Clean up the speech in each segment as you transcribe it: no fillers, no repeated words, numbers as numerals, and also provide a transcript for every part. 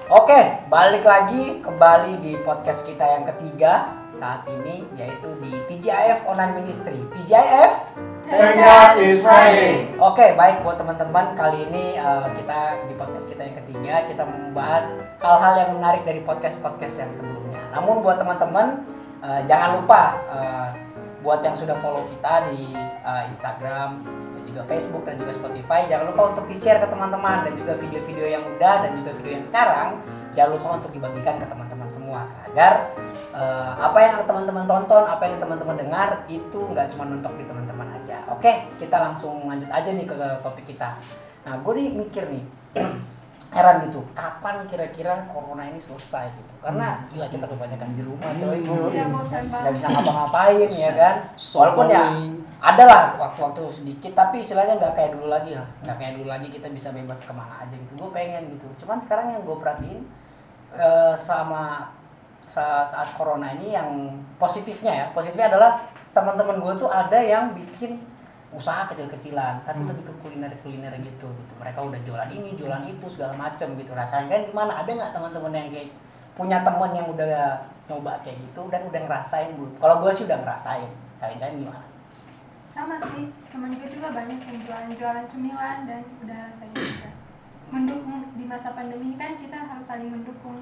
Oke, balik lagi kembali di podcast kita yang ketiga saat ini, yaitu di TGIF Online Ministry. TGIF Thank God it's Friday. Oke, baik buat teman-teman, kali ini kita di podcast kita yang ketiga kita membahas hal-hal yang menarik dari podcast-podcast yang sebelumnya. Namun buat teman-teman jangan lupa buat yang sudah follow kita di Instagram dan juga Facebook dan juga Spotify, jangan lupa untuk di-share ke teman-teman, dan juga video-video yang udah dan juga video yang sekarang jangan lupa untuk dibagikan ke teman-teman semua agar apa yang teman-teman tonton, apa yang teman-teman dengar itu nggak cuma mentok di teman-teman aja. Oke, kita langsung lanjut aja nih ke topik kita. Nah, gue nih mikir nih heran gitu, kapan kira-kira corona ini selesai gitu? Karena gila kita kebanyakan di rumah coy, nggak bisa ngapa-ngapain ya kan? Walaupun ya ada lah waktu-waktu sedikit, tapi istilahnya nggak kayak dulu lagi lah, nggak kayak dulu lagi kita bisa bebas kemana aja gitu. Gue pengen gitu. Cuman sekarang yang gue perhatiin sama saat corona ini yang positifnya adalah teman-teman gue tuh ada yang bikin usaha kecil-kecilan, tapi lebih ke kuliner gitu. Mereka udah jualan ini, jualan itu, segala macem gitu. Nah, kalian gimana? Ada nggak teman-teman yang kayak punya teman yang udah nyoba kayak gitu dan udah ngerasain belum? Kalau gue sih udah ngerasain. Kalian gimana? Sama sih, teman gue juga banyak yang jualan cemilan dan udah saya juga mendukung di masa pandemi ini, kan kita harus saling mendukung.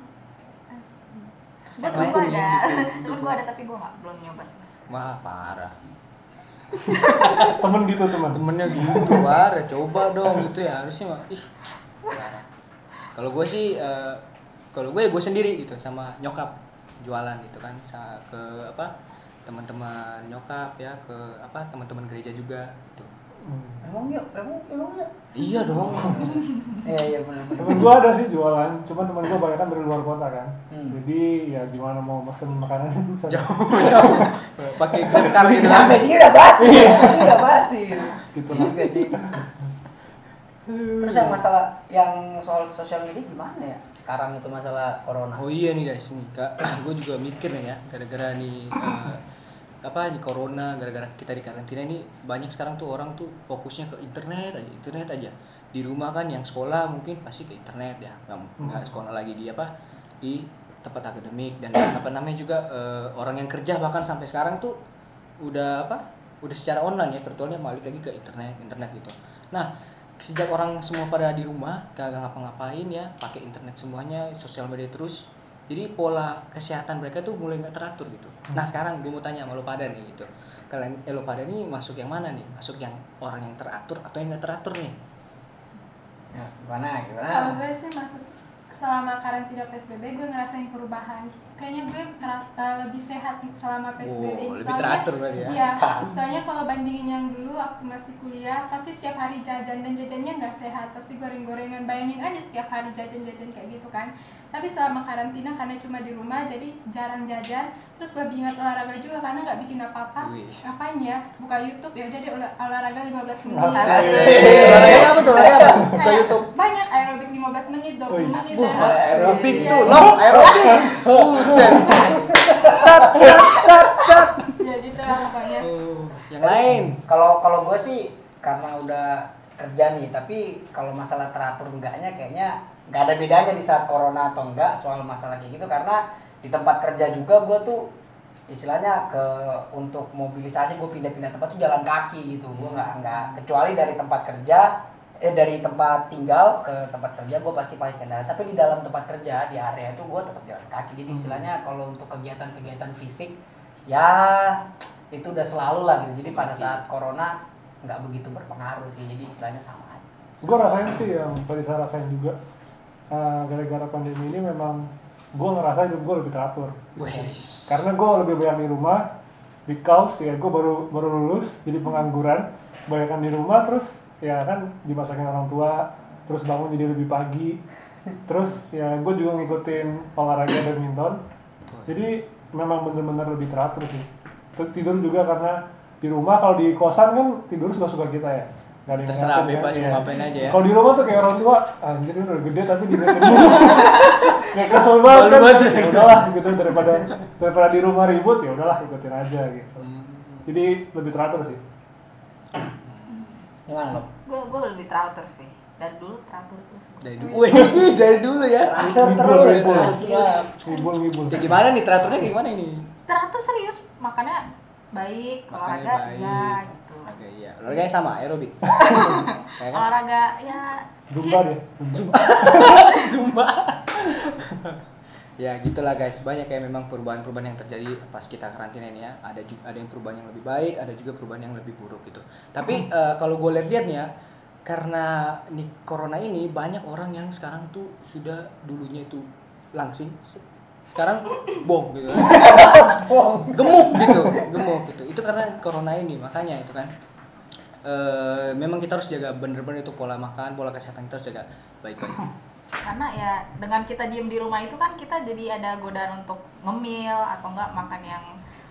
Temen gue ada tapi gue belum nyoba sih. Wah, parah. Temen gitu Temennya gitu parah, coba dong gitu ya harusnya mah. Ih, parah. Kalau gue sih, kalau gue sendiri gitu sama nyokap jualan gitu kan, ke apa teman-teman nyokap ya, ke apa teman-teman gereja juga gitu. Emang ya? Iya dong. Iya benar. Temen gue ada sih jualan, cuma temen gue banyak kan dari luar kota kan. Jadi ya gimana mau mesen makanannya susah. Jauh. Pakai Grab car gitu kan. Sampai sini udah basi. Gitu juga sih. Terus yang masalah yang soal sosial media gimana ya? Sekarang itu masalah corona. Oh iya nih guys, nih Kak, gue juga mikir nih ya, gara-gara nih di corona, gara-gara kita di karantina ini banyak sekarang tuh orang tuh fokusnya ke internet aja. Di rumah kan yang sekolah mungkin pasti ke internet ya, nggak sekolah lagi di tempat akademik, dan juga orang yang kerja bahkan sampai sekarang tuh udah secara online ya, virtualnya balik lagi ke internet gitu. Nah, sejak orang semua pada di rumah kagak ngapa-ngapain ya, pakai internet semuanya, sosial media terus, jadi pola kesehatan mereka tuh mulai nggak teratur gitu. Nah, sekarang gue mau tanya sama lo pada nih gitu, kalian lo pada nih masuk yang mana nih? Masuk yang orang yang teratur atau yang nggak teratur nih? Ya, gimana? Kalau gue sih masuk selama karantina PSBB gue ngerasain perubahan. Kayaknya gue lebih sehat selama PSBB. Lebih teratur berarti ya? Iya, soalnya kalau bandingin yang dulu waktu masih kuliah, pasti setiap hari jajan, dan jajannya nggak sehat, pasti goreng-gorengan. Bayangin aja setiap hari jajan-jajan kayak gitu kan. Tapi selama karantina karena cuma di rumah, jadi jarang jajan. Terus lebih ingat olahraga juga karena nggak bikin apa-apa. Ngapain ya? Buka YouTube, ya udah deh olahraga 15 menit. Olahraga apa tuh? Buka YouTube. Banyak aerobik 15 menit, 20 menit. Aerobik tuh, aerobik. Sat. Ya gitu lah pokoknya. Yang lain. Kalau gue sih karena udah kerja nih, tapi kalau masalah teratur enggaknya kayaknya nggak ada bedanya di saat corona atau enggak soal masalah kayak gitu, karena di tempat kerja juga gue tuh istilahnya untuk mobilisasi gue pindah-pindah tempat tuh jalan kaki gitu. Gue nggak kecuali dari tempat kerja dari tempat tinggal ke tempat kerja gue pasti pakai kendaraan, tapi di dalam tempat kerja di area itu gue tetap jalan kaki. Jadi istilahnya kalau untuk kegiatan fisik ya itu udah selalu lah gitu. Jadi pada saat corona nggak begitu berpengaruh sih, jadi istilahnya sama aja. Gue rasain sih yang tadi saya rasain juga. Gara-gara pandemi ini memang gue ngerasa hidup gue lebih teratur. Karena gue lebih banyak di rumah, di kaos ya, gue baru lulus jadi pengangguran, banyakan di rumah, terus ya kan dimasakin orang tua, terus bangun jadi lebih pagi, terus ya gue juga ngikutin olahraga badminton, jadi memang bener-bener lebih teratur sih. Tidur juga karena di rumah, kalau di kosan kan tidur suka-suka kita ya. Terserah bebas mau ngapain aja ya. Kalau di rumah tuh kayak orang tua, anjir ini udah gede tapi diingetin dulu. Kayak kesel banget kan. Ya udahlah gitu, daripada di rumah ribut, ya udahlah ikutin aja gitu. Jadi lebih teratur sih. Gimana lo? Gue lebih teratur sih. dari dulu teratur terus. Dari dulu. Wih, dari dulu ya. Teratur terus. Ngibul, Siap. ngibul. Kayak gimana nih teraturnya kayak gimana ini? Teratur serius, makannya baik, Makannya olahraga baik. ya gitu. Oke, iya. Olahraganya sama aerobik. Kayak kan? Olahraga ya Zumba deh. Zumba. Ya gitulah guys, banyak kayak memang perubahan-perubahan yang terjadi pas kita karantina ini ya. Ada yang perubahan yang lebih baik, ada juga perubahan yang lebih buruk gitu. Tapi kalau gue lihat nih ya, karena nih corona ini banyak orang yang sekarang tuh sudah dulunya itu langsing, sekarang bong gitu kan. gemuk gitu. Itu karena corona ini, makanya itu kan. Memang kita harus jaga bener-bener itu pola makan, pola kesehatan kita harus jaga baik-baik. karena ya dengan kita diem di rumah itu kan kita jadi ada godaan untuk ngemil atau enggak makan yang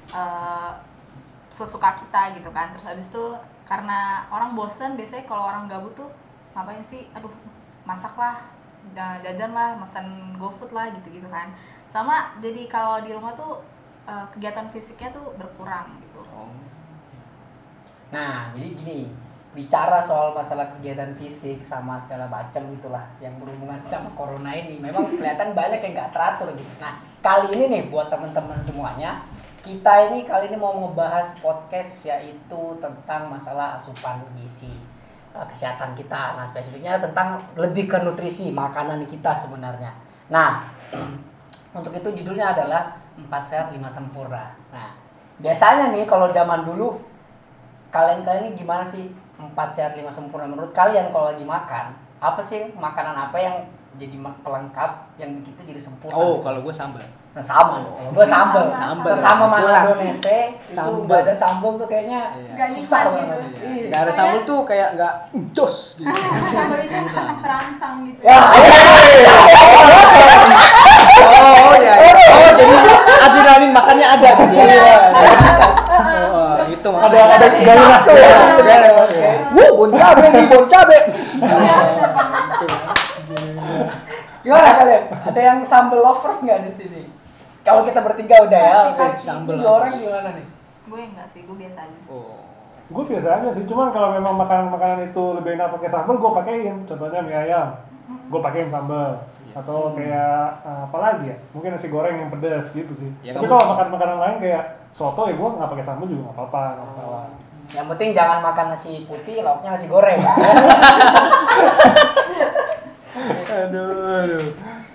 sesuka kita gitu kan. Terus habis itu karena orang bosen, biasanya kalau orang gabut tuh ngapain sih, aduh masak lah, jajan lah, mesen GoFood lah gitu kan. Sama jadi kalau di rumah tuh kegiatan fisiknya tuh berkurang gitu. Nah, jadi gini, bicara soal masalah kegiatan fisik sama segala macam itulah yang berhubungan sama corona ini, memang kelihatan banyak yang nggak teratur gitu. Nah, kali ini nih buat teman-teman semuanya, kita ini kali ini mau ngebahas podcast yaitu tentang masalah asupan gizi, kesehatan kita. Nah, spesifiknya tentang lebih ke nutrisi makanan kita sebenarnya. Nah, untuk itu judulnya adalah 4 Sehat 5 Sempurna. Nah, biasanya nih kalau zaman dulu kalian ini gimana sih 4 Sehat 5 Sempurna menurut kalian kalau lagi makan? Apa sih makanan apa yang jadi pelengkap yang bikin itu jadi sempurna? Oh, kalau gue sambal. Nah, sama dong. Kalau gue sambal. Sambal. Sesama Jelas. Indonesia itu Sambal. nggak ada sambal tuh kayaknya Nggak susah nikmat banget. gitu. Iya. Nggak ada sambal tuh kayak nggak jos gitu. Sambal itu perangsang gitu. Wah, Oh iya. Oh jadi adrenalin makannya ada gitu ya. Oh, gitu maksudnya. Ada gairah tuh ya. Bon cabe nih, bon cabe. gimana kalian? Ada yang sambal lovers nggak di sini? Kalau kita bertiga udah ya. Pasti. Sambal Dua orang lovers. gimana nih? Gue enggak sih, gue biasa aja. Oh. Gue biasa aja sih, cuman kalau memang makanan-makanan itu lebih enak pakai sambal, gue pakein. Contohnya mie ayam, gue pakein sambal. Atau kayak apa lagi ya? Mungkin nasi goreng yang pedas gitu sih. Ya, Tapi kamu- kalau makan makanan lain kayak soto ya gue nggak pakai sambal juga nggak apa-apa, nggak masalah. Yang penting jangan makan nasi putih, lauknya nasi goreng. Aduh.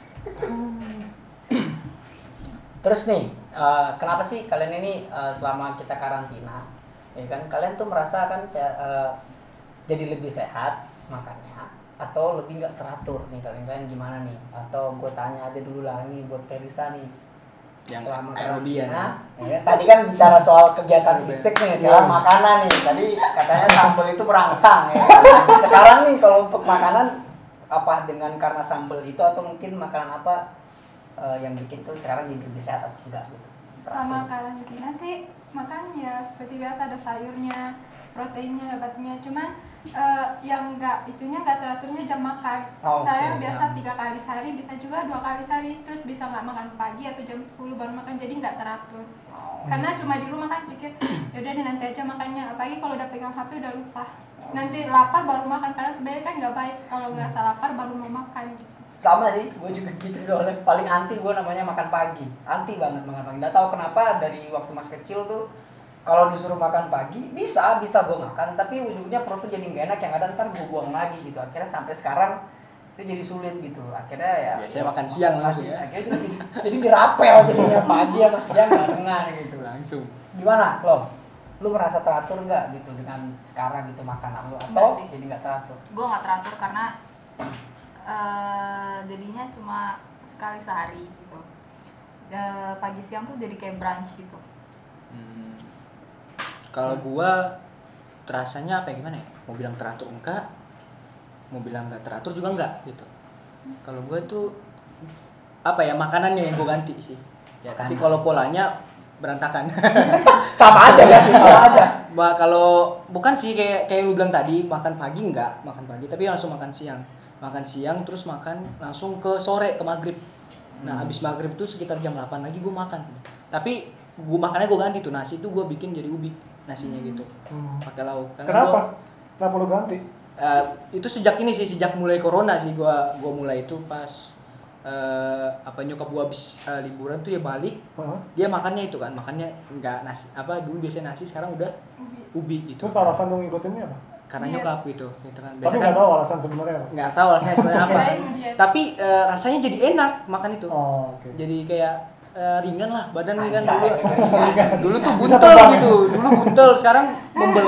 Terus nih, kenapa sih kalian ini selama kita karantina, ya kan? Kalian tuh merasa kan jadi lebih sehat makannya, atau lebih nggak teratur nih kalian gimana nih? Atau gue tanya aja dulu lah nih buat Felisa nih. Yang Selama aerobia karantina, ya, tadi kan bicara soal kegiatan fisik nih, sekarang makanan nih. Tadi katanya sambal itu merangsang ya. Sekarang nih kalau untuk makanan apa dengan karena sambal itu atau mungkin makanan apa yang bikin tuh sekarang jadi lebih sehat atau enggak gitu? Sama karantina sih makan ya seperti biasa, ada sayurnya, proteinnya, dapatnya. Cuman yang nggak teraturnya jam makan. Oh, Saya oke, biasa jam. 3 kali sehari, bisa juga 2 kali sehari. Terus bisa nggak makan pagi atau jam 10 baru makan, jadi nggak teratur. Karena cuma di rumah kan pikir yaudah deh nanti aja makannya. Apalagi kalau udah pegang HP udah lupa. Nanti lapar baru makan, karena sebenarnya kan nggak baik kalau ngerasa lapar baru mau makan gitu. Sama sih, gue juga gitu soalnya paling anti gue namanya makan pagi, anti banget makan pagi. Nggak tahu kenapa dari waktu masih kecil tuh kalau disuruh makan pagi bisa gue makan, tapi ujungnya perut tuh jadi nggak enak, yang ada ntar gue buang lagi gitu. Akhirnya sampai sekarang itu jadi sulit gitu. Akhirnya ya Biasanya makan siang langsung ya. Akhirnya jadi dirapel jadinya pagi sama siang barengan gitu. Langsung. Gimana, Lo? Lu merasa teratur nggak gitu dengan sekarang gitu makanan lu, atau Nggak sih. jadi nggak teratur? Gue nggak teratur karena jadinya cuma sekali sehari gitu. Pagi siang tuh jadi kayak brunch gitu. Kalau gua terasanya apa ya, gimana ya? Mau bilang teratur enggak, mau bilang nggak teratur juga enggak gitu. Kalau gua tuh apa ya, makanannya yang gua ganti sih. Ya tapi kalau polanya berantakan. Sama aja kan, sama aja. Kalau bukan sih kayak lu bilang tadi, makan pagi enggak, makan pagi tapi langsung makan siang. Makan siang terus makan langsung ke sore, ke maghrib. Nah, habis maghrib tuh sekitar jam 8 lagi gue makan. Tapi gue makannya gue ganti tuh, nasi tuh gue bikin jadi ubi nasinya gitu. Pakai lauk. Karena Kenapa? Kenapa lo ganti? Itu sejak mulai corona sih gua mulai itu pas nyokap gua habis liburan tuh dia balik. Dia makannya itu kan, makannya enggak nasi, dulu biasanya nasi, sekarang udah ubi gitu. Terus alasan lu ngikutinnya apa? Karena nyokap gitu kan. Tapi nggak tahu alasan sebenarnya apa? Nggak tahu alasannya sebenarnya apa. Tapi rasanya jadi enak makan itu. Oh, oke. Jadi kayak ringan lah, badan ringan Anjay, dulu. Dulu tuh buntel gitu. Dulu buntel, sekarang membel.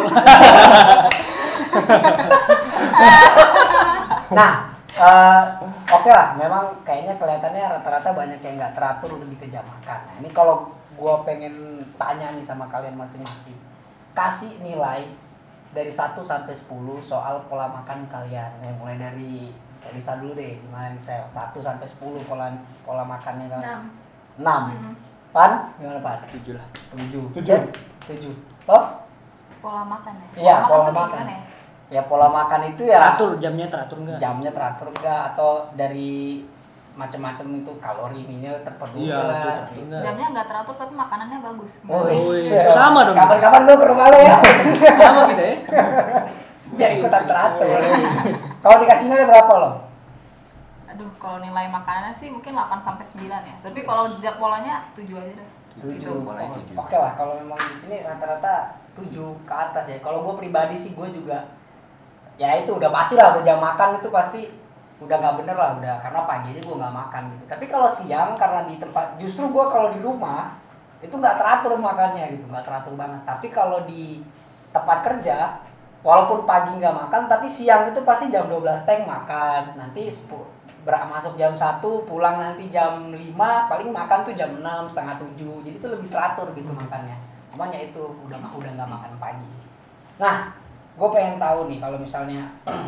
Nah, oke lah, memang kayaknya kelihatannya rata-rata banyak yang nggak teratur lebih ke jam makan. Nah, ini kalau gue pengen tanya nih sama kalian masing-masing, kasih nilai dari 1 sampai 10 soal pola makan kalian. Mulai dari Lisa dulu deh, gimana nih Vel? 1 sampai 10 pola makannya kalian. 6. Pan? Gimana Pan? 7 lah. 7. 7. Toh? Pola makan ya. Iya, pola tuh kayak makan. gimana ya? Ya pola makan itu ya Jamnya teratur enggak? jamnya teratur enggak, atau dari macam-macam itu kalori ininya terpenuhi Iya, lah. teratur enggak? Jamnya nggak teratur tapi makanannya bagus. Sama dong. Kapan-kapan lu ke rumah lu ya. Sama kita ya. Biar ikutan teratur. Kalau dikasih nilai berapa lo? Aduh, kalau nilai makanannya sih mungkin 8 sampai 9 ya. Tapi kalau jejak polanya 7 aja deh. 7. Mulai 7. Oke lah, kalau memang di sini rata-rata 7 ke atas ya. Kalau gue pribadi sih gue juga ya itu udah pasti lah, udah jam makan itu pasti udah nggak bener lah, udah, karena pagi aja gue nggak makan gitu. Tapi kalau siang karena di tempat, justru gue kalau di rumah itu nggak teratur makannya gitu, nggak teratur banget. Tapi kalau di tempat kerja, walaupun pagi nggak makan, tapi siang itu pasti jam 12 teng makan, nanti masuk jam 1, pulang nanti jam 5, paling makan tuh jam 6, setengah 7, jadi itu lebih teratur gitu makannya. Cuman ya itu udah nggak makan pagi sih. Nah, gue pengen tahu nih kalau misalnya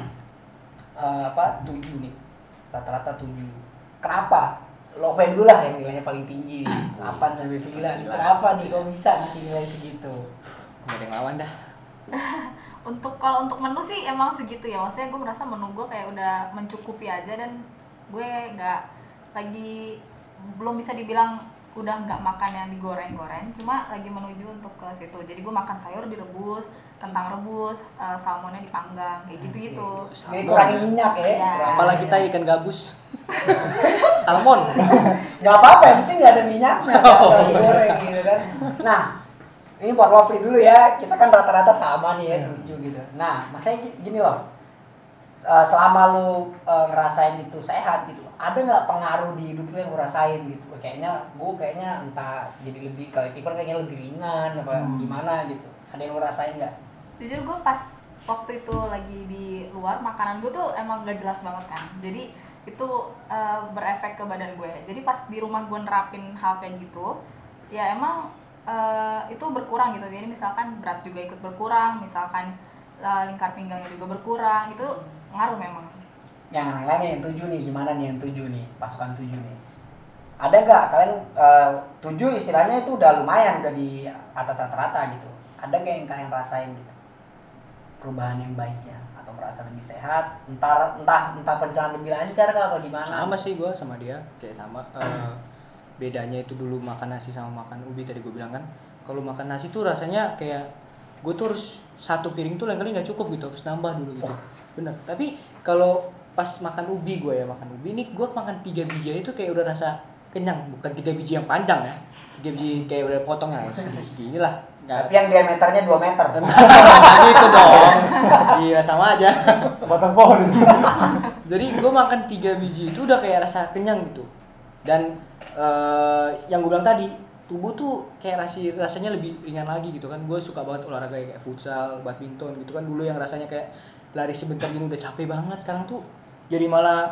7 nih, rata-rata 7. Kenapa? Lope dulu lah yang nilainya paling tinggi, 8 sampai 9. Kenapa nih kok bisa ngasih nilai segitu? Nggak ada yang lawan dah. Kalau untuk menu sih emang segitu ya. Maksudnya gue merasa menu gue kayak udah mencukupi aja, dan gue belum bisa dibilang udah nggak makan yang digoreng-goreng, cuma lagi menuju untuk ke situ. Jadi gue makan sayur direbus, kentang rebus, salmonnya dipanggang, kayak gitu-gitu. Jadi kurangin minyak ya. Ya. Apalagi kita ikan gabus. Salmon. Nggak apa-apa, yang penting nggak ada minyaknya, nggak digoreng gitu kan. Nah, ini buat Lovely dulu ya, kita kan rata-rata sama nih ya, 7 gitu. Nah, masanya gini loh, selama lu ngerasain itu sehat gitu, ada nggak pengaruh di hidup lu yang lu rasain gitu? Kayaknya entah jadi lebih, kalau tiper kayaknya lebih ringan apa gimana gitu. Ada yang lu rasain nggak? Jujur gue pas waktu itu lagi di luar, makanan gue tuh emang gak jelas banget kan. Jadi itu berefek ke badan gue. Jadi pas di rumah gue nerapin hal kayak gitu, ya emang itu berkurang gitu. Jadi misalkan berat juga ikut berkurang, misalkan lingkar pinggangnya juga berkurang, itu ngaruh memang. Yang lain nih, yang 7 nih, gimana nih yang 7 nih, pasukan 7 nih? Ada nggak kalian 7 istilahnya itu udah lumayan, udah di atas rata-rata gitu. Ada nggak yang kalian rasain gitu? Perubahan yang baiknya, atau merasa lebih sehat, entah pencernaan lebih lancar kah apa gimana? Sama sih gue sama dia, kayak sama. Bedanya itu dulu makan nasi sama makan ubi, tadi gue bilang kan. Kalau makan nasi tuh rasanya kayak gue tuh harus satu piring tuh lain kali nggak cukup gitu, harus nambah dulu gitu. Bener. Tapi kalau pas makan ubi nih gue makan 3 biji itu kayak udah rasa kenyang, bukan 3 biji yang panjang ya, 3 biji kayak udah potong ya, segini lah. Tapi yang diameternya 2 meter. Itu dong. Iya sama aja. Batang pohon. Jadi gue makan 3 biji itu udah kayak rasa kenyang gitu. Dan yang gue bilang tadi, tubuh tuh kayak rasanya lebih ringan lagi gitu kan. Gue suka banget olahraga kayak futsal, badminton gitu kan. Dulu yang rasanya kayak lari sebentar gini udah capek banget, sekarang tuh jadi malah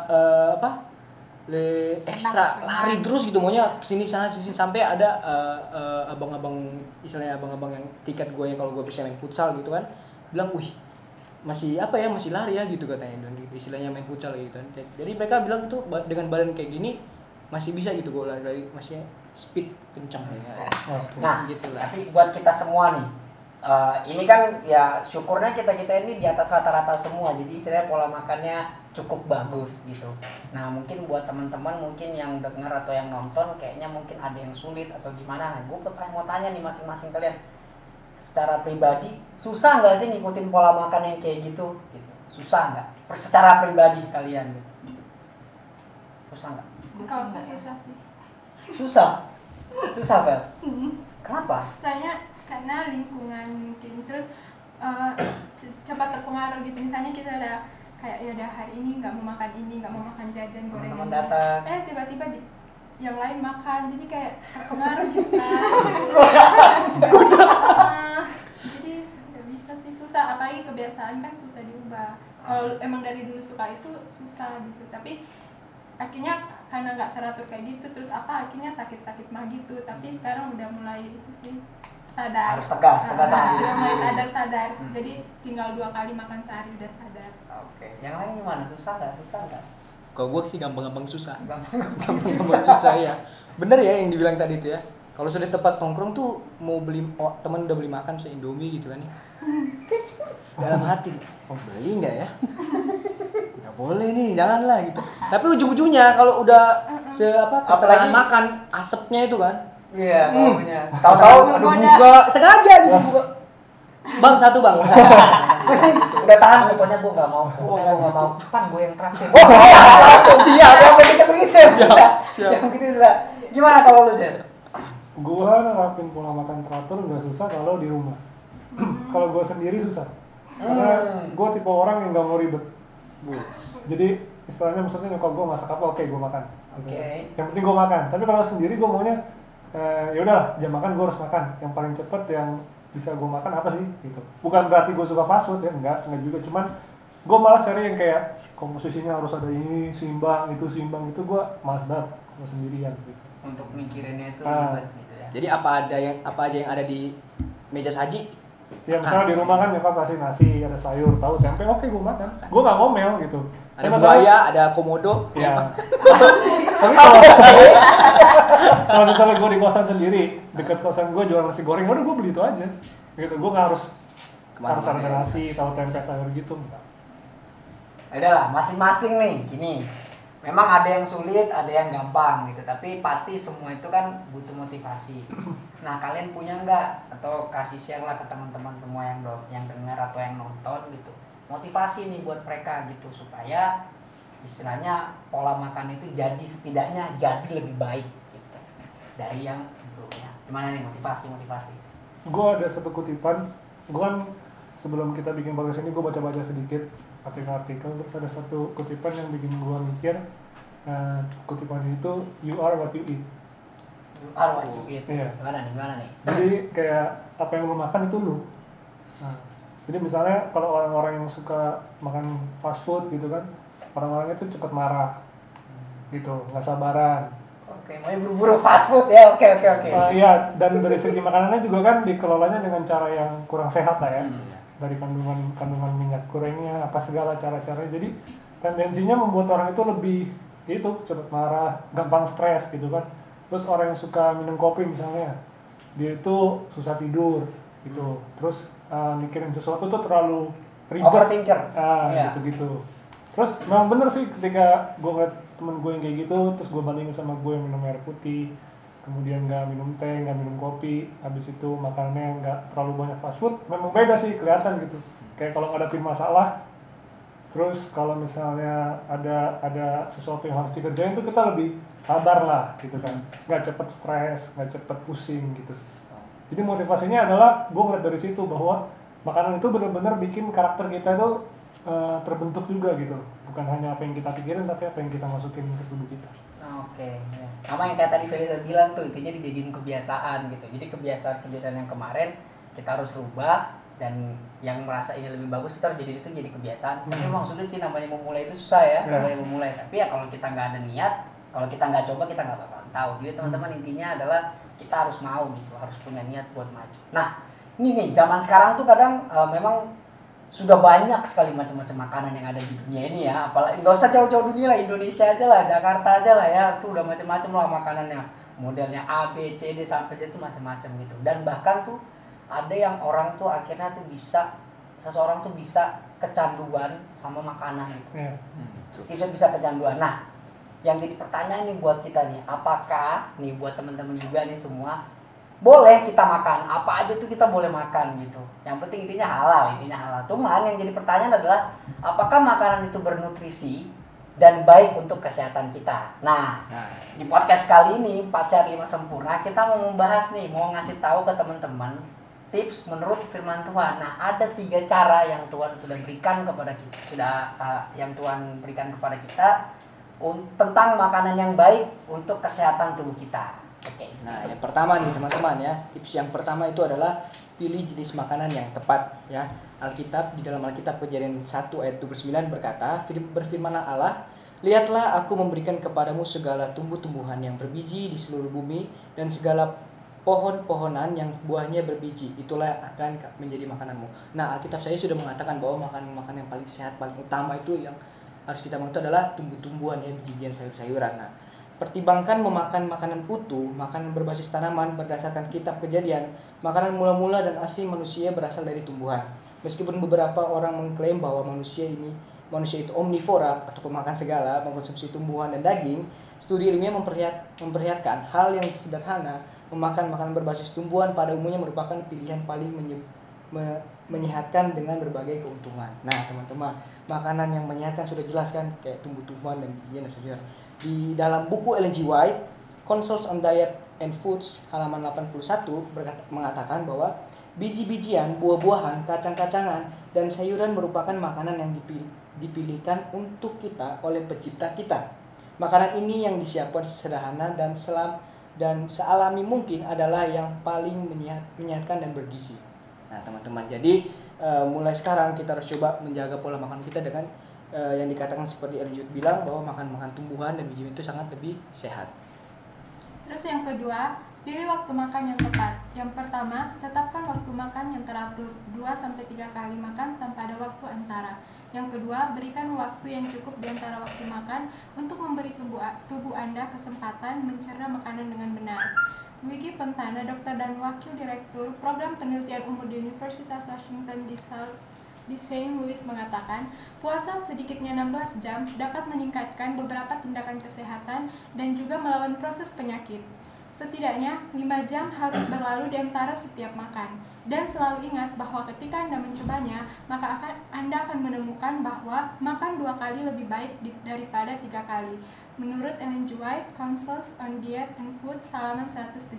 ekstra lari terus gitu, maunya kesini sana sampai ada abang-abang yang tiket gue yang kalau gue bisa main futsal gitu kan, bilang wih masih lari ya gitu katanya, dan gitu istilahnya main futsal gitu kan. Jadi mereka bilang tuh dengan badan kayak gini masih bisa gitu gue lari masih speed kencang ya. Nah gitu lah. tapi buat kita semua nih, ini kan ya syukurnya kita ini di atas rata-rata semua, jadi istilahnya pola makannya cukup bagus gitu. Nah mungkin buat teman-teman mungkin yang dengar atau yang nonton kayaknya mungkin ada yang sulit atau gimana. Nah gue mau tanya nih masing-masing kalian, secara pribadi susah nggak sih ngikutin pola makan yang kayak gitu? Susah nggak? Secara pribadi kalian gitu. Susah nggak? Kalau aku susah sih. Susah Vel. Kenapa? Karena lingkungan mungkin, terus cepat terpengaruh gitu. Misalnya kita udah kayak ya udah hari ini nggak mau makan ini, nggak mau makan jajan gorengan, Teman datang. tiba-tiba yang lain makan, jadi kayak terpengaruh gitu kan. Jadi nggak bisa sih, susah, apalagi kebiasaan kan susah diubah. Kalau emang dari dulu suka itu susah gitu, tapi akhirnya karena nggak teratur kayak gitu, terus akhirnya sakit mah gitu. Tapi sekarang udah mulai itu sih, sadar. Harus tegas sama diri udah mulai sendiri. sadar. Jadi tinggal 2 kali makan sehari udah sadar. Oke. Yang lain gimana? Susah nggak? Kalau gue sih gampang-gampang susah. Gampang Susah ya. Bener ya yang dibilang tadi itu ya. Kalau sudah tempat nongkrong tuh mau beli, temen udah beli makan saya Indomie gitu kan ya. Dalam hati, beli nggak ya? Nggak boleh nih, janganlah gitu. Tapi ujung-ujungnya kalau udah pertengahan makan, asapnya itu kan. Iya, baunya. Tahu-tahu aduh Buka sengaja gitu buka. Bang, satu bang. udah tahan pokoknya gue nggak mau. Pokoknya gue nggak mau. Kan gue yang terakhir. Siap. Yang begitu ya susah. Siap. Yang begitu susah. Gimana kalau lu Jen? Gua nerapin pola makan teratur nggak susah kalau di rumah. Kalau gua sendiri susah. Karena gua tipe orang yang nggak mau ribet. Jadi istilahnya maksudnya nyokap gua masak apa, oke gua makan. Oke. Yang penting gua makan. Tapi kalau sendiri gua maunya ya udahlah, jam makan gua harus makan. Yang paling cepet yang bisa gua makan apa sih gitu. Bukan berarti gua suka fast food ya, enggak juga. Cuman gua malas cari yang kayak komposisinya harus ada ini seimbang itu gua malas banget gua sendirian gitu. Untuk mikirinnya itu ribet gitu ya. Jadi apa aja yang ada di meja saji? Ya misalnya di rumah kan nyokap kasih nasi, ada sayur, tahu, tempe, oke gue makan. Gue nggak ngomel gitu. Ada buaya, ada komodo. Ya. Tapi kalau misalnya gue di kosan sendiri, dekat kosan gue jual nasi goreng, udah gue beli itu aja. Gitu, gue nggak harus ada nasi, tahu, tempe, sayur gitu. Enggak. Udahlah, masing-masing nih, gini. Memang ada yang sulit, ada yang gampang gitu. Tapi pasti semua itu kan butuh motivasi. Nah, kalian punya nggak atau kasih share lah ke teman-teman semua yang dengar atau yang nonton gitu. Motivasi nih buat mereka gitu supaya istilahnya pola makan itu setidaknya jadi lebih baik gitu dari yang sebelumnya. Gimana nih motivasi? Gue ada satu kutipan, gue kan sebelum kita bikin podcast ini gue baca-baca sedikit artikel, terus ada satu kutipan yang bikin gue mikir, kutipan itu you are what you eat. Iya. Gimana nih? Jadi kayak apa yang lu makan itu lu. Nah, jadi misalnya kalau orang-orang yang suka makan fast food gitu kan, orang-orangnya tuh cepat marah, gitu, nggak sabaran. Oke, mau buru-buru fast food ya, oke. Iya, dan dari segi makanannya juga kan dikelolanya dengan cara yang kurang sehat lah ya. Dari kandungan minyak gorengnya, apa segala cara-caranya. Jadi tendensinya membuat orang itu lebih cepat marah, gampang stres gitu kan. Terus orang yang suka minum kopi misalnya, dia itu susah tidur gitu. Terus mikirin sesuatu tuh terlalu ribet. Overthinker. Gitu-gitu. Terus memang bener sih ketika gue ngeliat temen gue yang kayak gitu, terus gue bandingin sama gue yang minum air putih, kemudian nggak minum teh, nggak minum kopi, habis itu makanannya nggak terlalu banyak fast food, memang beda sih kelihatan gitu. Kayak kalau ngadepin masalah, terus kalau misalnya ada sesuatu yang harus dikerjain tuh kita lebih sabar lah gitu kan, nggak cepet stres, nggak cepet pusing gitu. Jadi motivasinya adalah gue ngeliat dari situ bahwa makanan itu benar-benar bikin karakter kita itu terbentuk juga gitu, bukan hanya apa yang kita pikirin tapi apa yang kita masukin ke tubuh kita. Oke, ya. Sama yang kayak tadi Felisa bilang tuh, intinya dijadiin kebiasaan gitu. Jadi kebiasaan yang kemarin kita harus rubah, dan yang merasa ini lebih bagus kita harus jadi itu jadi kebiasaan. Tapi memang sulit sih, namanya memulai itu susah ya, namanya memulai. Tapi ya kalau kita nggak ada niat, kalau kita nggak coba kita nggak bakalan tahu. Jadi teman-teman intinya adalah kita harus mau gitu, harus punya niat buat maju. Nah, ini nih zaman sekarang tuh kadang memang sudah banyak sekali macam-macam makanan yang ada di dunia ini ya. Apalagi nggak usah jauh-jauh dunia lah, Indonesia aja lah, Jakarta aja lah ya. Tuh udah macam-macam lah makanannya. Modelnya A, B, C, D sampai Z itu macam-macam gitu. Dan bahkan tuh ada yang orang tuh akhirnya tuh seseorang tuh bisa kecanduan sama makanan itu. Bisa kecanduan. Nah, yang jadi pertanyaan nih buat kita nih, apakah nih buat teman-teman juga nih semua, boleh kita makan, apa aja tuh kita boleh makan gitu. Yang penting intinya halal. Cuman yang jadi pertanyaan adalah apakah makanan itu bernutrisi dan baik untuk kesehatan kita. Nah, di podcast kali ini 4 Sehat 5 Sempurna kita mau membahas nih, mau ngasih tahu ke teman-teman tips menurut firman Tuhan. Nah, ada 3 cara yang Tuhan sudah berikan kepada kita, tentang makanan yang baik untuk kesehatan tubuh kita. Oke. Nah, yang pertama nih teman-teman ya, tips yang pertama itu adalah pilih jenis makanan yang tepat ya. Alkitab, di dalam Alkitab Kejadian 1 ayat 29 berkata, berfirmanlah Allah, lihatlah aku memberikan kepadamu segala tumbuh-tumbuhan yang berbiji di seluruh bumi dan segala pohon-pohonan yang buahnya berbiji, itulah akan menjadi makananmu. Nah, Alkitab saya sudah mengatakan bahwa makanan yang paling sehat, paling utama itu yang harus kita makan itu adalah tumbuh-tumbuhan ya, biji-bijian, sayur-sayuran. Nah, pertimbangkan memakan makanan utuh, makanan berbasis tanaman berdasarkan kitab Kejadian. Makanan mula-mula dan asli manusia berasal dari tumbuhan. Meskipun beberapa orang mengklaim bahwa manusia itu omnivora atau pemakan segala, mengkonsumsi tumbuhan dan daging, studi ilmiah memperlihatkan hal yang sederhana, memakan makanan berbasis tumbuhan pada umumnya merupakan pilihan paling menyehatkan dengan berbagai keuntungan. Nah, teman-teman, makanan yang menyehatkan sudah jelaskan kayak tumbuh-tumbuhan dan biji-bijian dan sayur. Di dalam buku Ellen G. White, Consults on Diet and Foods, halaman 81 mengatakan bahwa biji-bijian, buah-buahan, kacang-kacangan, dan sayuran merupakan makanan yang dipilihkan untuk kita oleh pencipta kita. Makanan ini yang disiapkan sederhana dan sealami mungkin adalah yang paling menyehatkan dan bergizi. Nah, teman-teman, jadi mulai sekarang kita harus coba menjaga pola makan kita dengan yang dikatakan seperti Ellen White bilang bahwa makan tumbuhan dan biji itu sangat lebih sehat. Terus yang kedua, pilih waktu makan yang tepat. Yang pertama, tetapkan waktu makan yang teratur, 2-3 kali makan tanpa ada waktu antara. Yang kedua, berikan waktu yang cukup di antara waktu makan untuk memberi tubuh Anda kesempatan mencerna makanan dengan benar. Luigi Fontana, dokter dan wakil direktur program penelitian umur di Universitas Washington di St. Louis mengatakan, puasa sedikitnya 16 jam dapat meningkatkan beberapa tindakan kesehatan dan juga melawan proses penyakit. Setidaknya 5 jam harus berlalu di antara setiap makan. Dan selalu ingat bahwa ketika Anda mencobanya, maka Anda akan menemukan bahwa makan 2 kali lebih baik daripada 3 kali. Menurut Ellen G. White, Counsels on Diet and Food, halaman 173.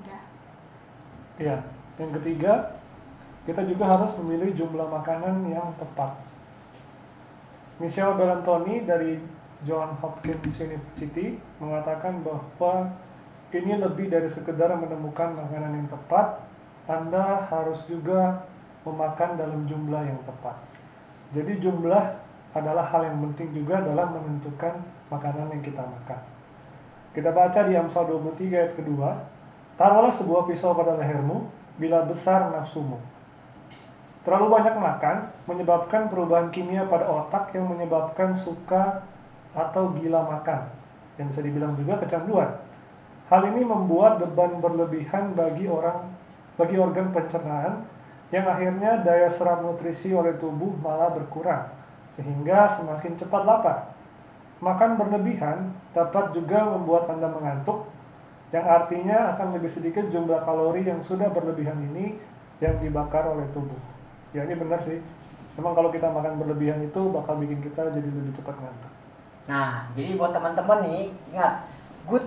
Iya, yang ketiga, kita juga harus memilih jumlah makanan yang tepat. Michelle Bellantoni dari Johns Hopkins University mengatakan bahwa ini lebih dari sekedar menemukan makanan yang tepat, Anda harus juga memakan dalam jumlah yang tepat. Jadi jumlah adalah hal yang penting juga dalam menentukan makanan yang kita makan. Kita baca di Amsal 23 ayat kedua, taruhlah sebuah pisau pada lehermu bila besar nafsumu. Terlalu banyak makan menyebabkan perubahan kimia pada otak yang menyebabkan suka atau gila makan, yang bisa dibilang juga kecanduan. Hal ini membuat beban berlebihan bagi organ pencernaan yang akhirnya daya serap nutrisi oleh tubuh malah berkurang, sehingga semakin cepat lapar. Makan berlebihan dapat juga membuat Anda mengantuk, yang artinya akan lebih sedikit jumlah kalori yang sudah berlebihan ini yang dibakar oleh tubuh. Ya, ini benar sih. Memang kalau kita makan berlebihan itu bakal bikin kita jadi lebih cepat ngantuk. Nah, jadi buat teman-teman nih, ingat, good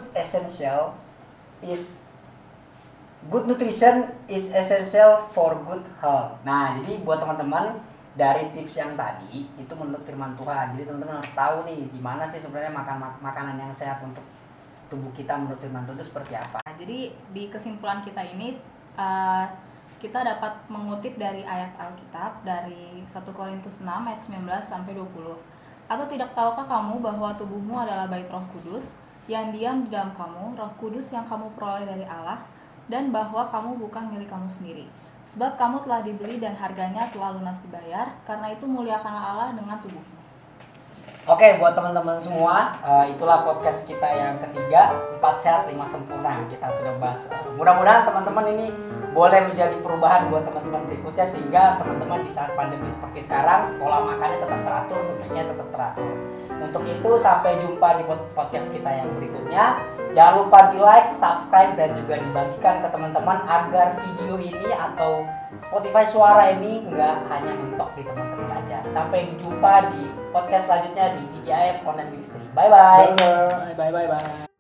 nutrition is essential for good health. Nah, jadi buat teman-teman, dari tips yang tadi itu menurut firman Tuhan. Jadi teman-teman harus tahu nih gimana sih sebenarnya makanan yang sehat untuk tubuh kita menurut firman Tuhan itu seperti apa. Nah, jadi di kesimpulan kita ini kita dapat mengutip dari ayat Alkitab dari 1 Korintus 6 ayat 19 sampai 20. Atau tidak tahukah kamu bahwa tubuhmu adalah bait Roh Kudus yang diam di dalam kamu, Roh Kudus yang kamu peroleh dari Allah, dan bahwa kamu bukan milik kamu sendiri. Sebab kamu telah dibeli dan harganya telah lunas dibayar, karena itu muliakanlah Allah dengan tubuhmu. Oke, buat teman-teman semua, itulah podcast kita yang ketiga, 4 Sehat 5 Sempurna. Kita sudah bahas. Mudah-mudahan teman-teman ini boleh menjadi perubahan buat teman-teman berikutnya, sehingga teman-teman di saat pandemi seperti sekarang, pola makannya tetap teratur, nutrisinya tetap teratur. Untuk itu, sampai jumpa di podcast kita yang berikutnya. Jangan lupa di like, subscribe, dan juga dibagikan ke teman-teman agar video ini atau Spotify suara ini nggak hanya mentok di teman-teman aja. Sampai jumpa di podcast selanjutnya di TJIF Online Ministry. Bye-bye. Dadah. Bye.